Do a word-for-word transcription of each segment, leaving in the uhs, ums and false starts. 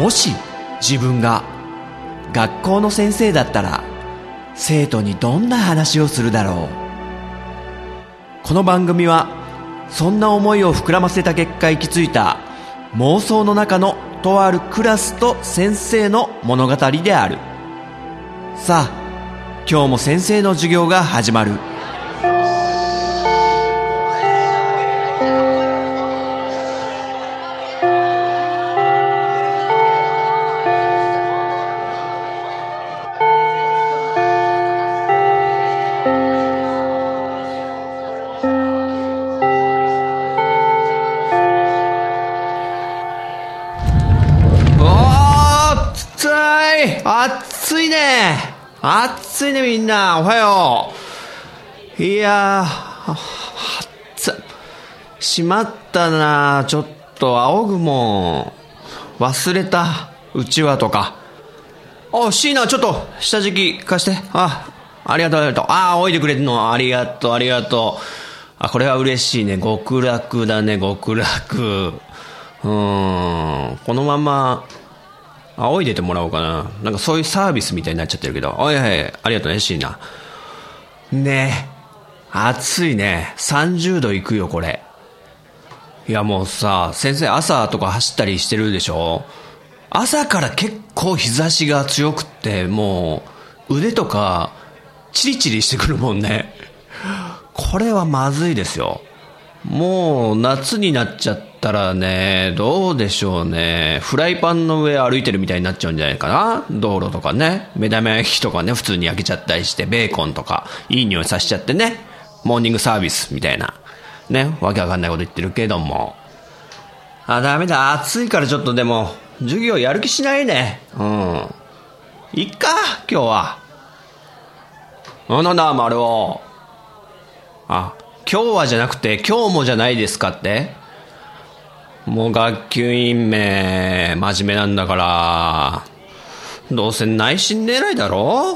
もし自分が学校の先生だったら生徒にどんな話をするだろう。この番組はそんな思いを膨らませた結果行き着いた妄想の中のとあるクラスと先生の物語である。さあ今日も先生の授業が始まる。暑いね暑いねみんなおはよう。いやー暑っしまったな。ちょっと仰ぐもん忘れたうちわとか。あシーナちょっと下敷き貸して。あありがとうありがとう。あ仰いでくれるのありがとうありがとう。あこれは嬉しいね。極楽だね極楽。うーんこのまま仰いでてもらおうかな。なんかそういうサービスみたいになっちゃってるけど。おいはい、ありがとうねシーナ。ねえ暑いね。さんじゅうどいくよこれ。いやもうさ先生朝とか走ったりしてるでしょ。朝から結構日差しが強くってもう腕とかチリチリしてくるもんね。これはまずいですよ。もう夏になっちゃったらねどうでしょうね。フライパンの上歩いてるみたいになっちゃうんじゃないかな。道路とかね目玉焼きとかね普通に焼けちゃったりしてベーコンとかいい匂いさせちゃってねモーニングサービスみたいなねわけわかんないこと言ってるけども。あダメだ暑いからちょっとでも授業やる気しないね。うんいっか今日は。あなんだ丸尾。あ今日はじゃなくて今日もじゃないですかって。もう学級委員名真面目なんだからどうせ内心狙いだろ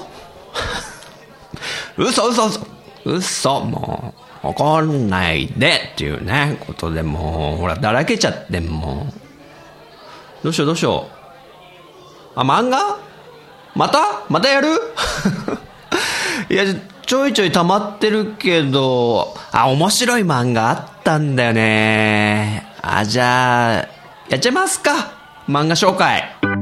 嘘嘘嘘嘘もう怒んないでっていうねことでもうほらだらけちゃってもうどうしようどうしよう。あ漫画またまたやるいやちょいちょい溜まってるけどあ面白い漫画あったんだよね。あじゃあやっちゃいますか漫画紹介。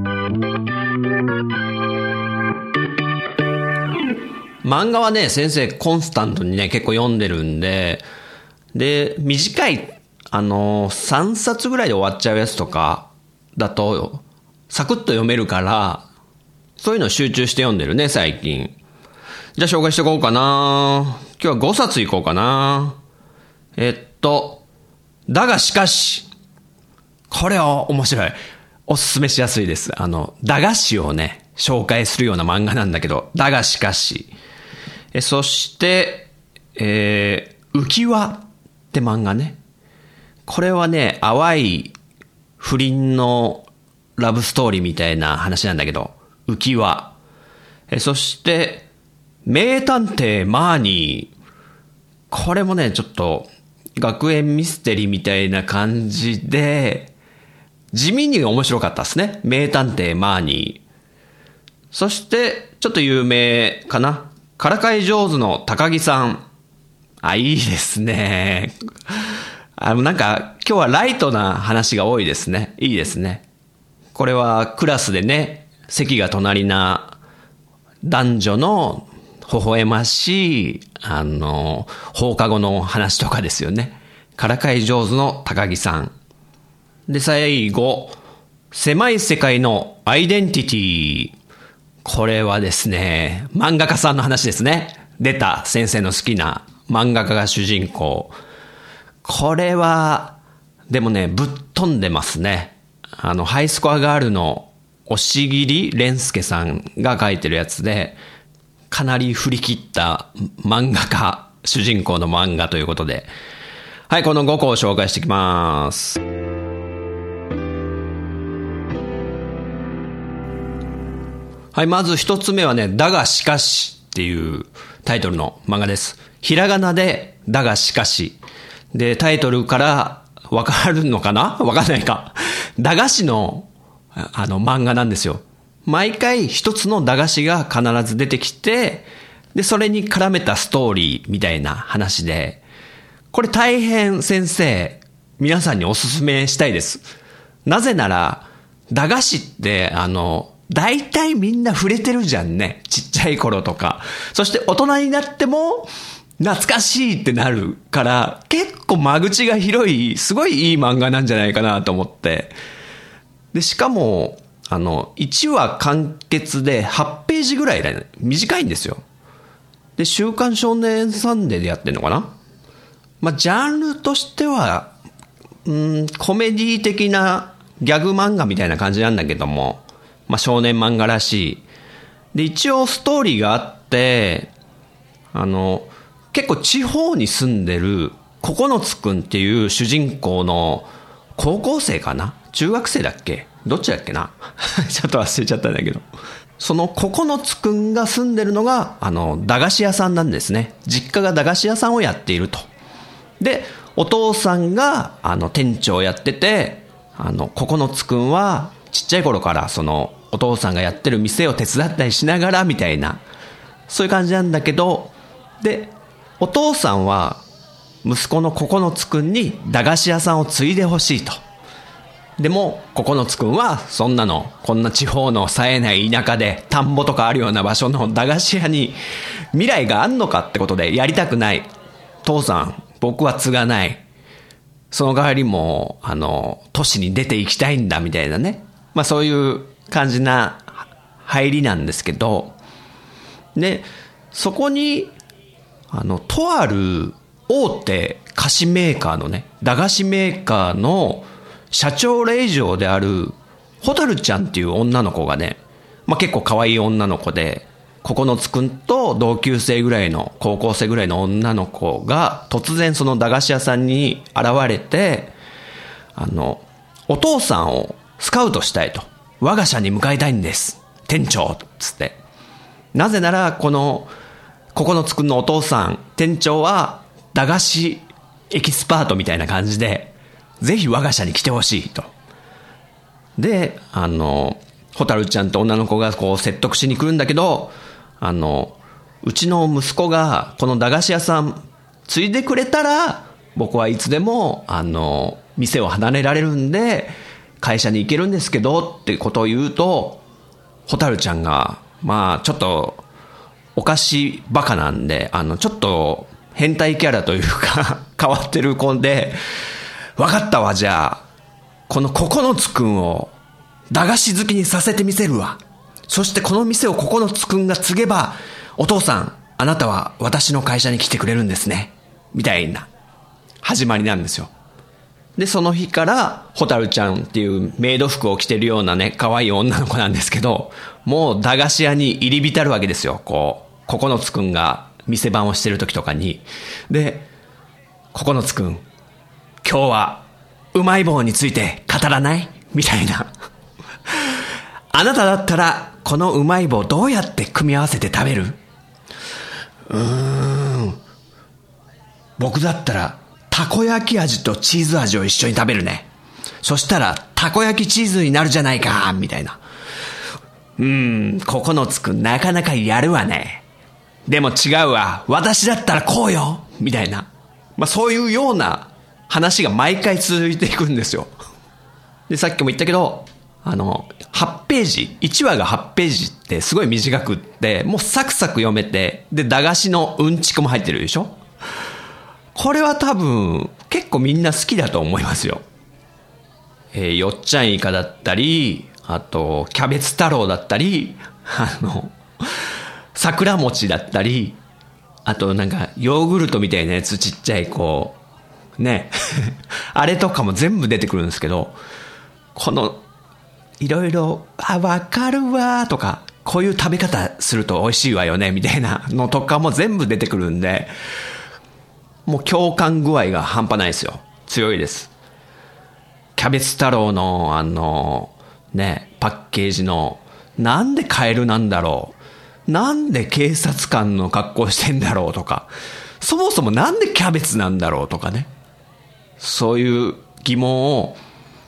漫画はね先生コンスタントにね結構読んでるんでで短いあのさんさつぐらいで終わっちゃうやつとかだとサクッと読めるからそういうの集中して読んでるね最近。じゃあ紹介していこうかな。今日はごさついこうかな。えっとだがしかしこれは面白い。おすすめしやすいです。あの駄菓子をね紹介するような漫画なんだけどだがしかしえそしてえー、浮き輪って漫画ね。これはね淡い不倫のラブストーリーみたいな話なんだけど浮き輪えそして名探偵マーニー。これもねちょっと学園ミステリーみたいな感じで地味に面白かったですね。名探偵マーニー。そしてちょっと有名かなからかい上手の高木さん。あいいですね。あのなんか今日はライトな話が多いですね。いいですね。これはクラスでね席が隣な男女の微笑ましいあの放課後の話とかですよね。からかい上手の高木さんで最後狭い世界のアイデンティティ。これはですね漫画家さんの話ですね。出た先生の好きな漫画家が主人公。これはでもねぶっ飛んでますね。あのハイスコアガールの押切蓮介さんが書いてるやつでかなり振り切った漫画家主人公の漫画ということではいこのごこを紹介していきます。はいまず一つ目はねだがしかしっていうタイトルの漫画です。ひらがなでだがしかしでタイトルからわかるのかなわかんないか駄菓子のあの漫画なんですよ。毎回一つの駄菓子が必ず出てきて、で、それに絡めたストーリーみたいな話で、これ大変先生、皆さんにおすすめしたいです。なぜなら、駄菓子って、あの、大体みんな触れてるじゃんね。ちっちゃい頃とか。そして大人になっても、懐かしいってなるから、結構間口が広い、すごいいい漫画なんじゃないかなと思って。で、しかも、あの、いちわ完結ではちページぐらいで短いんですよ。で、週刊少年サンデーでやってんのかな。まあ、ジャンルとしては、うん、コメディ的なギャグ漫画みたいな感じなんだけども、まあ、少年漫画らしい。で、一応ストーリーがあって、あの、結構地方に住んでるここのつくんっていう主人公の高校生かな、中学生だっけ、どっちだっけなちょっと忘れちゃったんだけど、そのここのつくんが住んでるのがあの駄菓子屋さんなんですね。実家が駄菓子屋さんをやっていると。で、お父さんがあの店長をやってて、あのここのつくんはちっちゃい頃からそのお父さんがやってる店を手伝ったりしながらみたいな、そういう感じなんだけど、でお父さんは息子のここのつくんに駄菓子屋さんを継いでほしいと。でもここのつくんはそんなの、こんな地方の冴えない田舎で田んぼとかあるような場所の駄菓子屋に未来があんのかってことでやりたくない。父さん、僕は継がない。その代わりもあの都市に出ていきたいんだみたいなね、まあそういう感じな入りなんですけど、でそこにあのとある大手菓子メーカーのね、駄菓子メーカーの社長令嬢であるホタルちゃんっていう女の子がね、まあ、結構可愛い女の子で、ここのつくんと同級生ぐらいの高校生ぐらいの女の子が突然その駄菓子屋さんに現れて、あのお父さんをスカウトしたいと、我が社に向かいたいんです店長つって。なぜならこのここのつくんのお父さん店長は駄菓子エキスパートみたいな感じで、ぜひ我が社に来てほしいと。で、あのホタルちゃんと女の子がこう説得しに来るんだけど、あのうちの息子がこの駄菓子屋さん継いでくれたら、僕はいつでもあの店を離れられるんで会社に行けるんですけどってことを言うと、ホタルちゃんがまあちょっとお菓子バカなんで、あのちょっと変態キャラというか変わってる子で、分かったわ、じゃあこのここのつくんを駄菓子好きにさせてみせるわ。そしてこの店をここのつくんが継げば、お父さんあなたは私の会社に来てくれるんですね、みたいな始まりなんですよ。でその日からホタルちゃんっていうメイド服を着てるようなね、可愛い女の子なんですけど、もう駄菓子屋に入り浸るわけですよ。こうここのつくんが店番をしてる時とかに。で、ここのつくん、今日はうまい棒について語らないみたいなあなただったらこのうまい棒どうやって組み合わせて食べる？うーん僕だったらたこ焼き味とチーズ味を一緒に食べるね。そしたらたこ焼きチーズになるじゃないかみたいな。うーんここのつくんなかなかやるわね。でも違うわ、私だったらこうよみたいな、まあそういうような話が毎回続いていくんですよ。でさっきも言ったけど、あのはちページ、いちわがはちページってすごい短くって、もうサクサク読めて、で駄菓子のうんちくも入ってるでしょ。これは多分結構みんな好きだと思いますよ。えー、よっちゃんイカだったり、あとキャベツ太郎だったり、あの桜餅だったり、あとなんかヨーグルトみたいなやつ、ちっちゃいこうねあれとかも全部出てくるんですけど、このいろいろあ分かるわとか、こういう食べ方すると美味しいわよねみたいなのとかも全部出てくるんで、もう共感具合が半端ないですよ。強いです。キャベツ太郎のあのねパッケージの、なんでカエルなんだろう、なんで警察官の格好してんだろうとか、そもそもなんでキャベツなんだろうとかね、そういう疑問を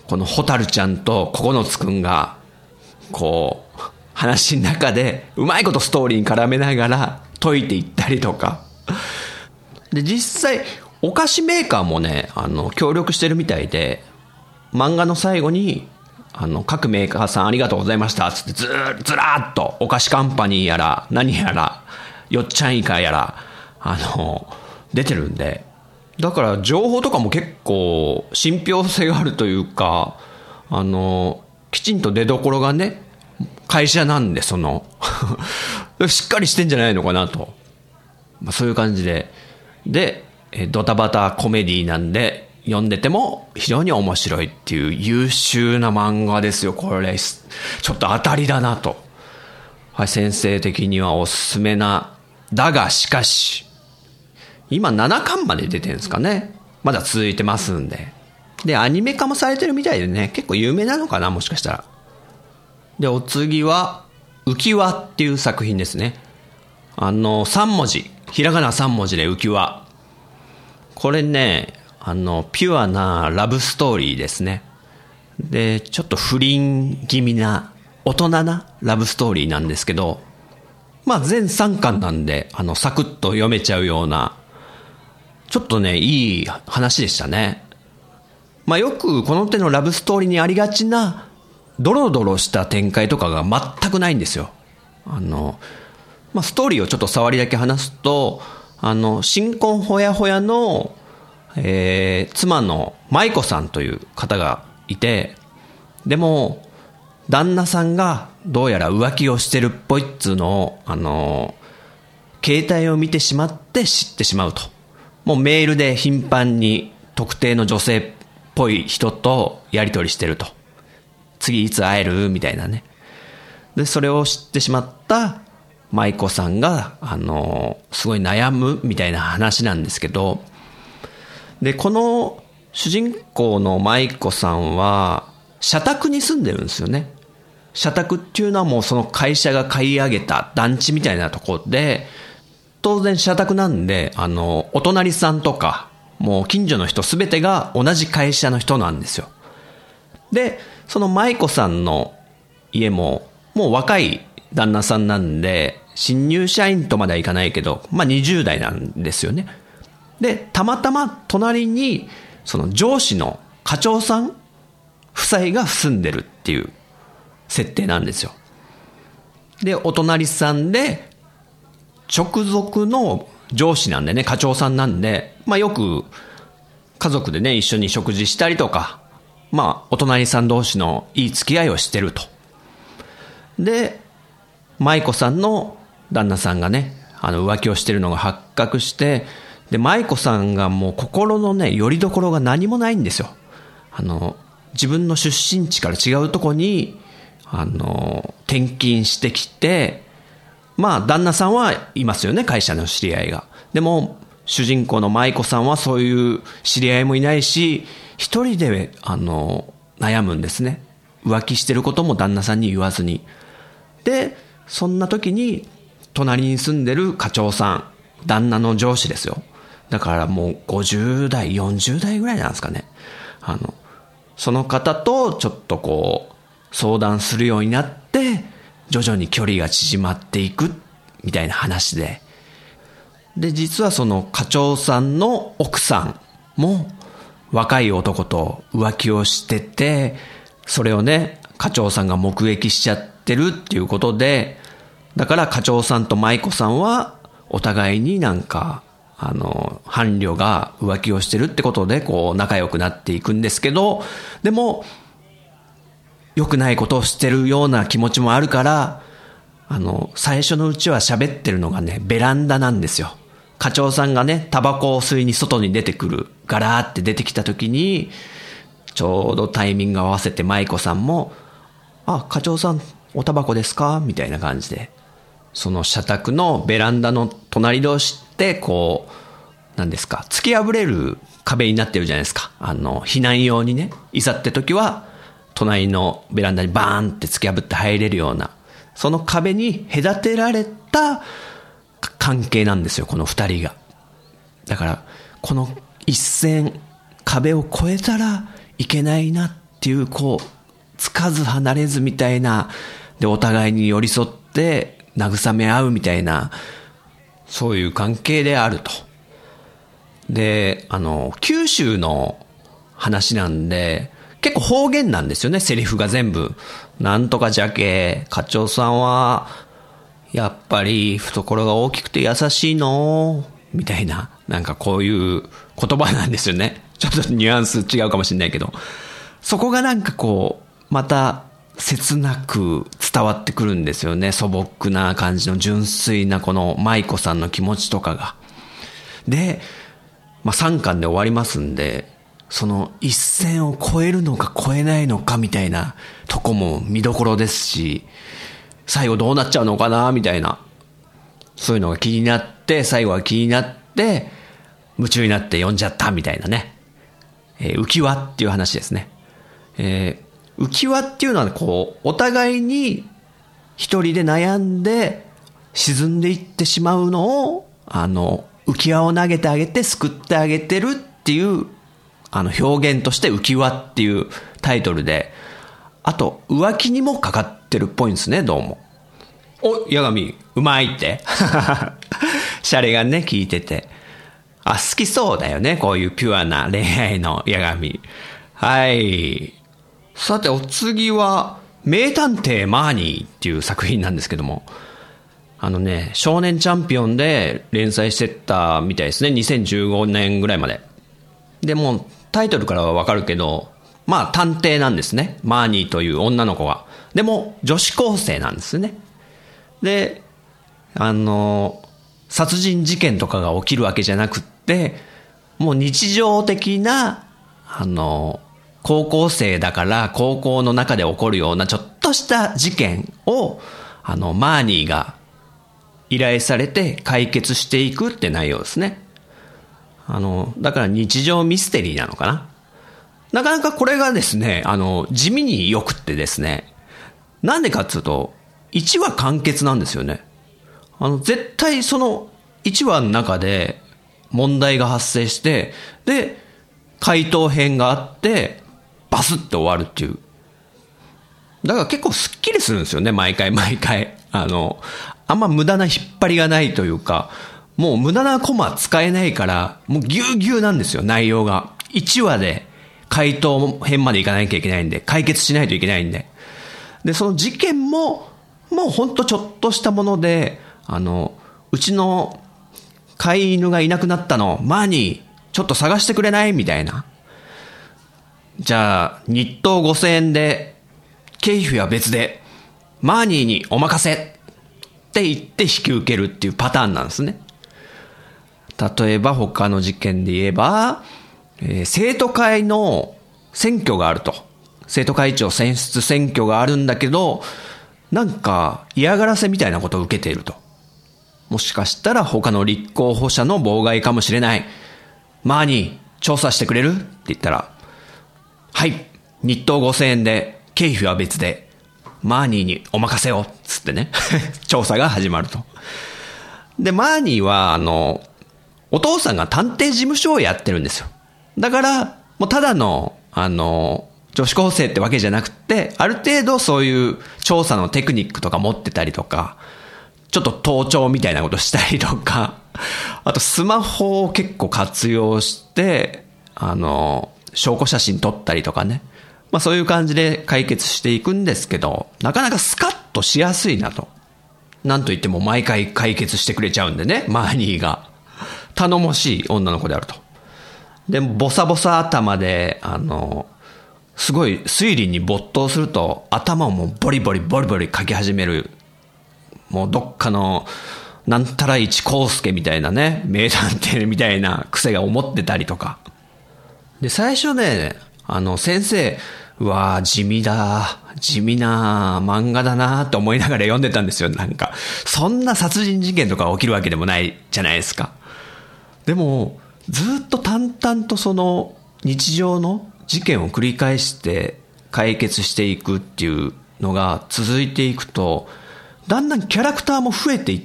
この蛍ちゃんと九つくんが、こう、話の中で、うまいことストーリーに絡めながら解いていったりとか。で、実際、お菓子メーカーもね、あの、協力してるみたいで、漫画の最後に、あの、各メーカーさんありがとうございました、つってずー、ずらーっと、お菓子カンパニーやら、何やら、よっちゃんイカやら、あの、出てるんで、だから情報とかも結構、信憑性があるというか、あの、きちんと出所がね、会社なんで、その、しっかりしてんじゃないのかなと。まあ、そういう感じで。で、ドタバタコメディなんで、読んでても非常に面白いっていう優秀な漫画ですよ、これ。ちょっと当たりだなと。はい、先生的にはおすすめな。だが、しかし、今ななかんまで出てるんですかね。まだ続いてますんで。で、アニメ化もされてるみたいでね、結構有名なのかな、もしかしたら。で、お次は、浮き輪っていう作品ですね。あの、さん文字。ひらがなさん文字で浮き輪。これね、あの、ピュアなラブストーリーですね。で、ちょっと不倫気味な、大人なラブストーリーなんですけど、まあ全さんかんなんで、あの、サクッと読めちゃうような、ちょっとね、いい話でしたね。まあよくこの手のラブストーリーにありがちな、ドロドロした展開とかが全くないんですよ。あの、まあストーリーをちょっと触りだけ話すと、あの、新婚ほやほやの、えー、妻の舞子さんという方がいて、でも、旦那さんがどうやら浮気をしてるっぽいっつうのを、あの、携帯を見てしまって知ってしまうと。もうメールで頻繁に特定の女性っぽい人とやり取りしてると。次いつ会えるみたいなね。で、それを知ってしまった舞子さんが、あの、すごい悩むみたいな話なんですけど、で、この主人公の舞子さんは、社宅に住んでるんですよね。社宅っていうのはもうその会社が買い上げた団地みたいなところで、当然社宅なんで、あの、お隣さんとか、もう近所の人すべてが同じ会社の人なんですよ。で、その舞子さんの家も、もう若い旦那さんなんで、新入社員とまではいかないけど、まあにじゅう代なんですよね。で、たまたま隣に、その上司の課長さん夫妻が住んでるっていう設定なんですよ。で、お隣さんで、直属の上司なんでね、課長さんなんで、まあよく家族でね、一緒に食事したりとか、まあお隣さん同士のいい付き合いをしてると。で、舞子さんの旦那さんがね、あの浮気をしてるのが発覚して、で、舞子さんがもう心のね、拠り所が何もないんですよ。あの、自分の出身地から違うとこに、あの、転勤してきて、まあ、旦那さんはいますよね、会社の知り合いが。でも、主人公の舞子さんはそういう知り合いもいないし、一人で、あの、悩むんですね。浮気してることも旦那さんに言わずに。で、そんな時に、隣に住んでる課長さん、旦那の上司ですよ。だからもうごじゅう代、よんじゅう代ぐらいなんですかね。あの、その方とちょっとこう、相談するようになって、徐々に距離が縮まっていく、みたいな話で。で、実はその課長さんの奥さんも、若い男と浮気をしてて、それをね、課長さんが目撃しちゃってるっていうことで、だから課長さんと舞子さんは、お互いになんか、あの、伴侶が浮気をしてるってことで、こう、仲良くなっていくんですけど、でも、良くないことをしてるような気持ちもあるから、あの、最初のうちは喋ってるのがね、ベランダなんですよ。課長さんがね、タバコを吸いに外に出てくる、ガラーって出てきた時に、ちょうどタイミング合わせて舞子さんも、あ、課長さん、おタバコですかみたいな感じで、その社宅のベランダの隣同士って、こう、何ですか、突き破れる壁になってるじゃないですか。あの、避難用にね、いざって時は、隣のベランダにバーンって突き破って入れるような、その壁に隔てられた関係なんですよ、この二人が。だから、この一線、壁を越えたらいけないなっっていう、こう、つかず離れずみたいな、で、お互いに寄り添って慰め合うみたいな、そういう関係であると。で、あの、九州の話なんで、結構方言なんですよね、セリフが全部。なんとかじゃけ、課長さんは、やっぱり懐が大きくて優しいのみたいな、なんかこういう言葉なんですよね。ちょっとニュアンス違うかもしれないけど。そこがなんかこう、また切なく伝わってくるんですよね。素朴な感じの純粋なこの舞子さんの気持ちとかが。で、まあさんかんで終わりますんで、その一線を越えるのか越えないのかみたいなとこも見どころですし、最後どうなっちゃうのかなみたいな、そういうのが気になって、最後は気になって夢中になって読んじゃったみたいなね、えー、浮き輪っていう話ですね。えー、浮き輪っていうのはこうお互いに一人で悩んで沈んでいってしまうのを、あの浮き輪を投げてあげて救ってあげてるっていうあの表現として浮き輪っていうタイトルで、あと浮気にもかかってるっぽいんですね、どうも。お、八神うまいってシャレがね聞いてて、あ、好きそうだよね、こういうピュアな恋愛の八神。はい。さてお次は名探偵マーニーっていう作品なんですけども、あのね、少年チャンピオンで連載してたみたいですね、にせんじゅうごねんぐらいまで。でもタイトルからはわかるけど、まあ探偵なんですね、マーニーという女の子が。でも女子高生なんですね。で、あの殺人事件とかが起きるわけじゃなくって、もう日常的なあの高校生だから高校の中で起こるようなちょっとした事件をあのマーニーが依頼されて解決していくって内容ですね。あのだから日常ミステリーなのかな。なかなかこれがですね、あの地味によくってですね、なんでかっていうといちわ完結なんですよね。あの絶対そのいちわの中で問題が発生して、で回答編があってバスって終わるっていう。だから結構スッキリするんですよね、毎回毎回。あのあんま無駄な引っ張りがないというか、もう無駄なコマ使えないから、もうギューギューなんですよ、内容が。いちわで回答編までいかなきゃいけないんで、解決しないといけないんで。で、その事件も、もうほんとちょっとしたもので、あの、うちの飼い犬がいなくなったの、マーニー、ちょっと探してくれないみたいな。じゃあ、日当ごせんえんで、経費は別で、マーニーにお任せって言って引き受けるっていうパターンなんですね。例えば他の事件で言えば、えー、生徒会の選挙があると。生徒会長選出選挙があるんだけど、なんか嫌がらせみたいなことを受けていると。もしかしたら他の立候補者の妨害かもしれない。マーニー、調査してくれるって言ったら、はい、日当ごせんえんで経費は別で、マーニーにお任せをつってね調査が始まると。でマーニーはあのお父さんが探偵事務所をやってるんですよ。だからもうただのあの女子高生ってわけじゃなくて、ある程度そういう調査のテクニックとか持ってたりとか、ちょっと盗聴みたいなことしたりとか、あとスマホを結構活用してあの証拠写真撮ったりとかね、まあそういう感じで解決していくんですけど、なかなかスカッとしやすいなと。なんと言っても毎回解決してくれちゃうんでね、マーニーが頼もしい女の子であると。でボサボサ頭であのすごい推理に没頭すると頭をもうボリボリボリボリ書き始める、もうどっかのなんたら一康介みたいなね、名探偵みたいな癖が思ってたりとかで、最初ね、あの先生、うわー地味だ地味な漫画だなって思いながら読んでたんですよ。なんかそんな殺人事件とか起きるわけでもないじゃないですか。でもずっと淡々とその日常の事件を繰り返して解決していくっていうのが続いていくと、だんだんキャラクターも増えていって、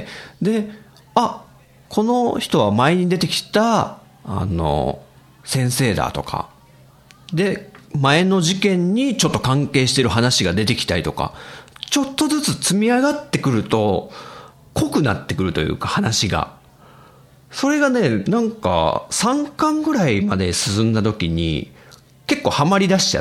で、あ、この人は前に出てきたあの先生だとかで、 前の事件にちょっと関係してる話が出てきたりとか、ちょっとずつ積み上がってくると濃くなってくるというか、話がそれがね、なんかさんかんぐらいまで進んだ時に結構ハマり出しちゃって、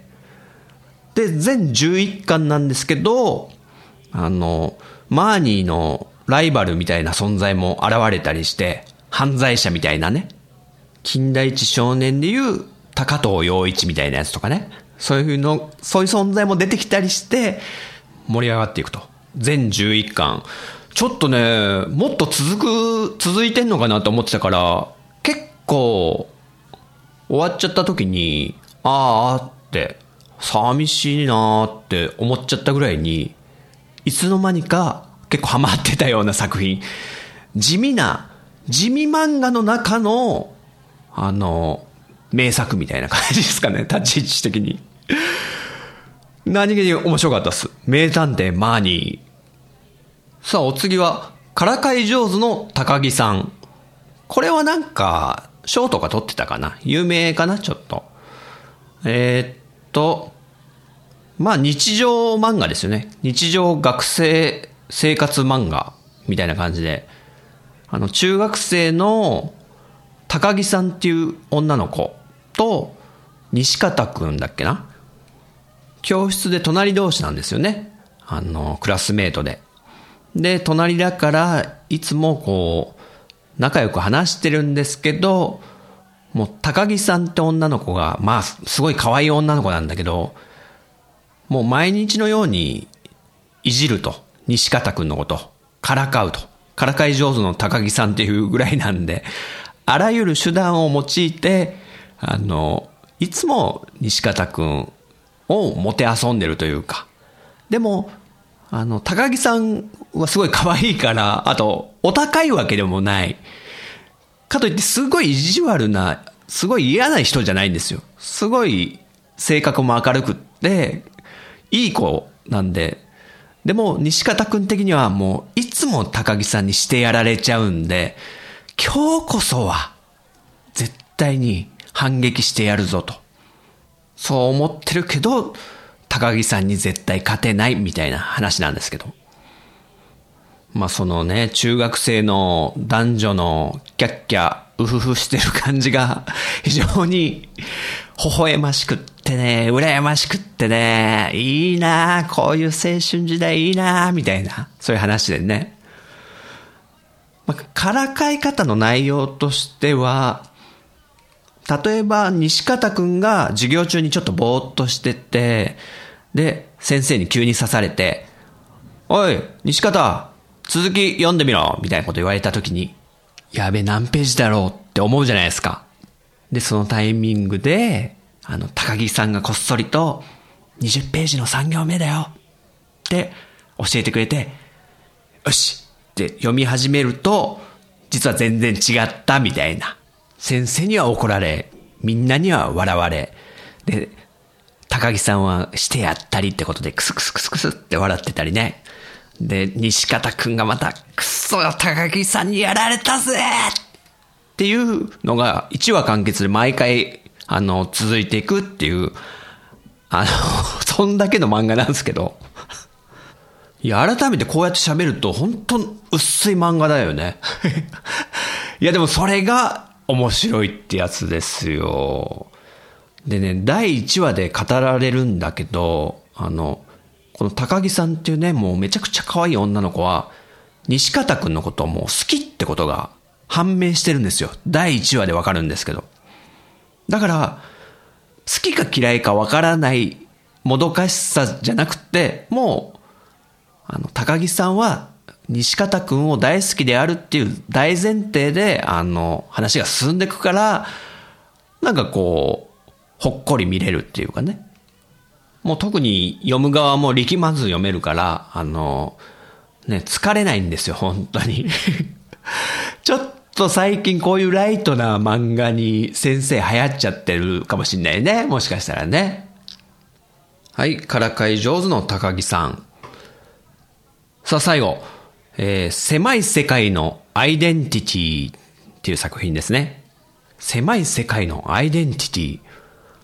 で全じゅういっかんなんですけど、あのマーニーのライバルみたいな存在も現れたりして、犯罪者みたいなね、金田一少年でいう高藤陽一みたいなやつとかね、そういうの、そういう存在も出てきたりして盛り上がっていくと。全じゅういっかん、ちょっとね、もっと続く続いてんのかなと思ってたから、結構終わっちゃった時にあーって寂しいなーって思っちゃったぐらいに、いつの間にか結構ハマってたような作品。地味な地味漫画の中のあの名作みたいな感じですかね、立ち位置的に。何気に面白かったっす。名探偵マーニー。さあお次はからかい上手の高木さん。これはなんか賞とか取ってたかな、有名かな、ちょっと。えー、っとまあ日常漫画ですよね。日常学生生活漫画みたいな感じで、あの中学生の高木さんっていう女の子と西片くんだっけな、教室で隣同士なんですよね。あのクラスメートで。で隣だからいつもこう仲良く話してるんですけど、もう高木さんって女の子がまあすごい可愛い女の子なんだけど、もう毎日のようにいじると、西片くんのことからかうと、からかい上手の高木さんっていうぐらいなんで、あらゆる手段を用いて、あのいつも西片くんをもてあそんでるというか。でもあの高木さんはすごい可愛いから、あとお高いわけでもないかといって、すごい意地悪な、すごい嫌な人じゃないんですよ。すごい性格も明るくっていい子なんで。でも西片くん的にはもういつも高木さんにしてやられちゃうんで、今日こそは絶対に反撃してやるぞと、そう思ってるけど高木さんに絶対勝てないみたいな話なんですけど、まあそのね、中学生の男女のキャッキャウフフしてる感じが非常に微笑ましくってね、羨ましくってね、いいな、こういう青春時代いいなみたいな、そういう話でね。まあ、からかい方の内容としては、例えば西片くんが授業中にちょっとぼーっとしてて、で先生に急に刺されて、おい西片続き読んでみろみたいなこと言われた時に、やべ何ページだろうって思うじゃないですか。でそのタイミングであの高木さんがこっそりとにじゅっページのさん行目だよって教えてくれて、よしって読み始めると、実は全然違ったみたいな。先生には怒られ、みんなには笑われ、で高木さんはしてやったりってことでクスクスクスクスって笑ってたりね。で西片くんがまたクソ高木さんにやられたぜっていうのがいちわ完結で毎回あの続いていくっていう、あのそんだけの漫画なんですけど、いや改めてこうやって喋ると本当薄い漫画だよね。いやでもそれが面白いってやつですよ。でね、だいいちわで語られるんだけど、あのこの高木さんっていうね、もうめちゃくちゃ可愛い女の子は西片くんのことをもう好きってことが判明してるんですよ。だいいちわでわかるんですけど、だから好きか嫌いかわからないもどかしさじゃなくて、もうあの高木さんは西片くんを大好きであるっていう大前提であの話が進んでいくから、なんかこうほっこり見れるっていうかね。もう特に読む側も力まず読めるから、あのね、疲れないんですよ本当に。ちょっと最近こういうライトな漫画に先生流行っちゃってるかもしんないね、もしかしたらね。はい、からかい上手の高木さん。さあ最後、えー、狭い世界のアイデンティティっていう作品ですね。狭い世界のアイデンティティ、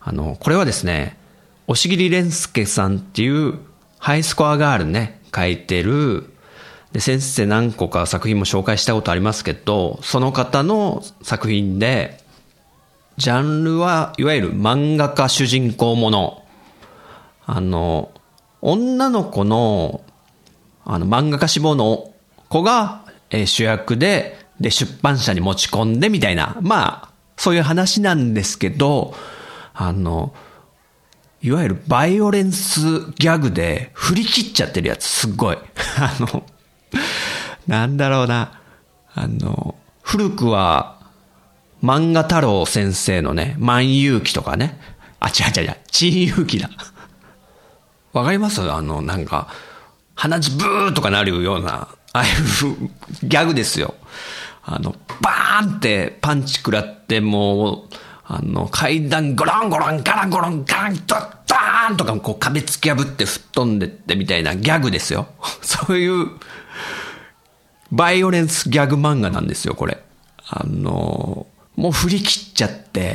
あの、これはですね、押切蓮介さんっていうハイスコアガールね、書いてる、で、先生何個か作品も紹介したことありますけど、その方の作品で、ジャンルはいわゆる漫画家主人公もの。あの、女の子の、あの、漫画家志望の子が、えー、主役で、で、出版社に持ち込んでみたいな、まあ、そういう話なんですけど、あの、いわゆるバイオレンスギャグで振り切っちゃってるやつ、すっごい。あの、なんだろうな。あの、古くは、漫画太郎先生のね、万有記とかね。あ、違う違う違う、珍遊記だ。わかります？あの、なんか、鼻血ブーとかなるような、ああいうギャグですよ。あの、バーンってパンチ食らって、もう、あの、階段ゴロンゴロンガランゴロンガランドッドーンとかこう壁突き破って吹っ飛んでってみたいなギャグですよ。そういう、バイオレンスギャグ漫画なんですよ、これ。あの、もう振り切っちゃって、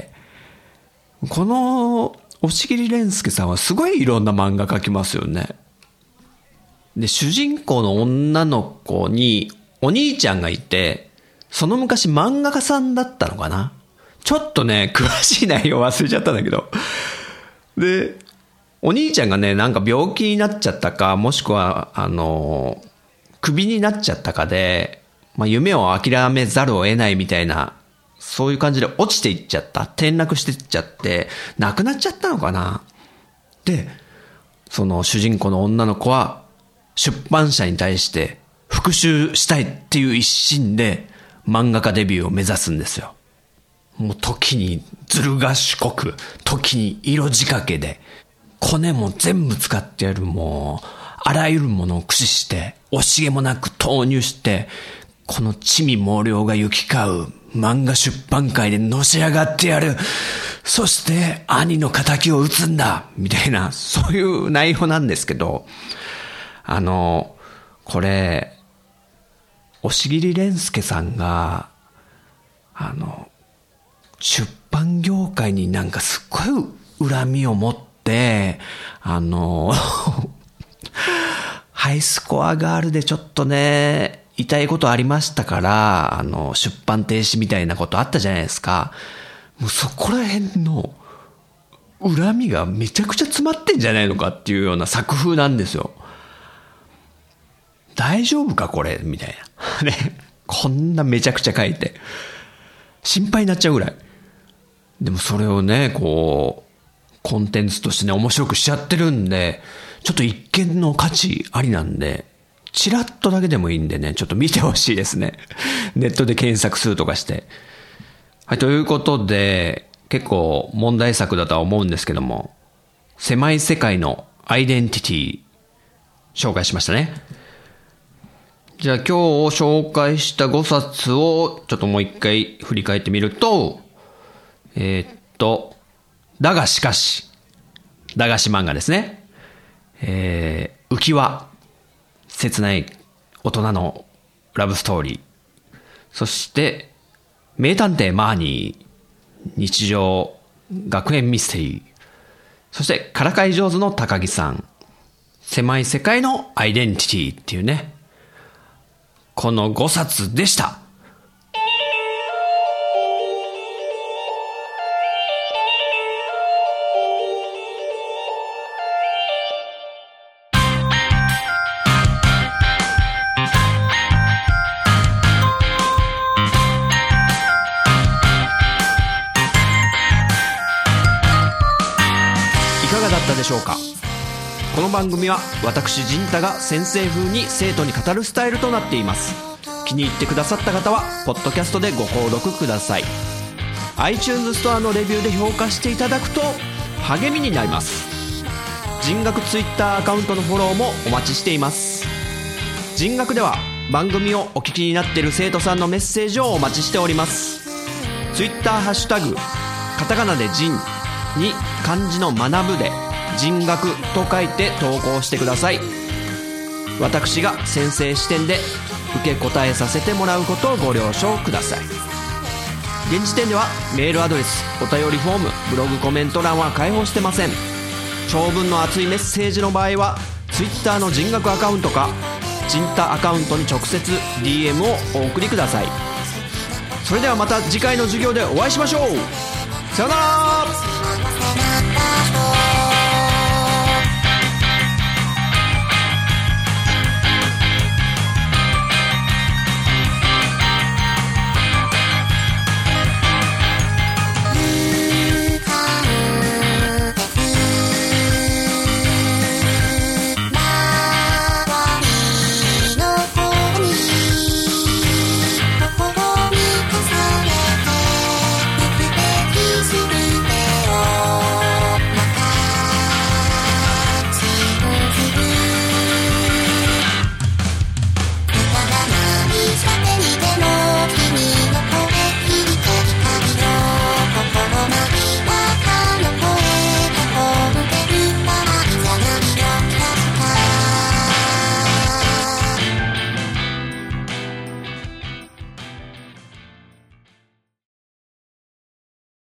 この、押切蓮介さんはすごいいろんな漫画描きますよね。で、主人公の女の子にお兄ちゃんがいて、その昔漫画家さんだったのかな？ちょっとね、詳しい内容忘れちゃったんだけど。で、お兄ちゃんがね、なんか病気になっちゃったか、もしくは、あの、クビになっちゃったかで、まあ、夢を諦めざるを得ないみたいな、そういう感じで落ちていっちゃった。転落していっちゃって、亡くなっちゃったのかな。で、その主人公の女の子は、出版社に対して復讐したいっていう一心で、漫画家デビューを目指すんですよ。もう時にずる賢く、時に色仕掛けで、コネも全部使ってやる、もう、あらゆるものを駆使して、惜しげもなく投入して、この地味猛量が行き交う漫画出版界でのし上がってやる。そして兄の仇を討つんだみたいな、そういう内容なんですけど、あの、これ、押切蓮介さんが、あの、出版業界になんかすっごい恨みを持って、あの、ハイスコアガールでちょっとね、痛いことありましたから、あの、出版停止みたいなことあったじゃないですか。もうそこら辺の恨みがめちゃくちゃ詰まってんじゃないのかっていうような作風なんですよ。大丈夫かこれみたいな。ね。こんなめちゃくちゃ書いて。心配になっちゃうぐらい。でもそれをね、こう、コンテンツとしてね、面白くしちゃってるんで、ちょっと一見の価値ありなんで、チラッとだけでもいいんでね、ちょっと見てほしいですね。ネットで検索するとかして。はい、ということで、結構問題作だとは思うんですけども、狭い世界のアイデンティティ、紹介しましたね。じゃあ今日紹介したごさつをちょっともう一回振り返ってみると、えー、っと、だがしかし、駄菓子漫画ですね。えー、浮き輪、切ない大人のラブストーリー。そして、名探偵マーニー、日常学園ミステリー。そして、からかい上手の高木さん、狭い世界のアイデンティティっていうね。このごさつでした。いかがだったでしょうか。この番組は私陣太が先生風に生徒に語るスタイルとなっています。気に入ってくださった方はポッドキャストでご購読ください。 iTunes ストアのレビューで評価していただくと励みになります。陣学 Twitter アカウントのフォローもお待ちしています。陣学では番組をお聞きになっている生徒さんのメッセージをお待ちしております。 Twitter ハッシュタグカタカナで陣に漢字の学ぶで人学と書いて投稿してください。私が先生視点で受け答えさせてもらうことをご了承ください。 現時点ではメールアドレス、お便りフォーム、ブログコメント欄は開放してません。長文の熱いメッセージの場合は Twitter の人学アカウントかジンタアカウントに直接 ディーエム をお送りください。それではまた次回の授業でお会いしましょう。さよなら。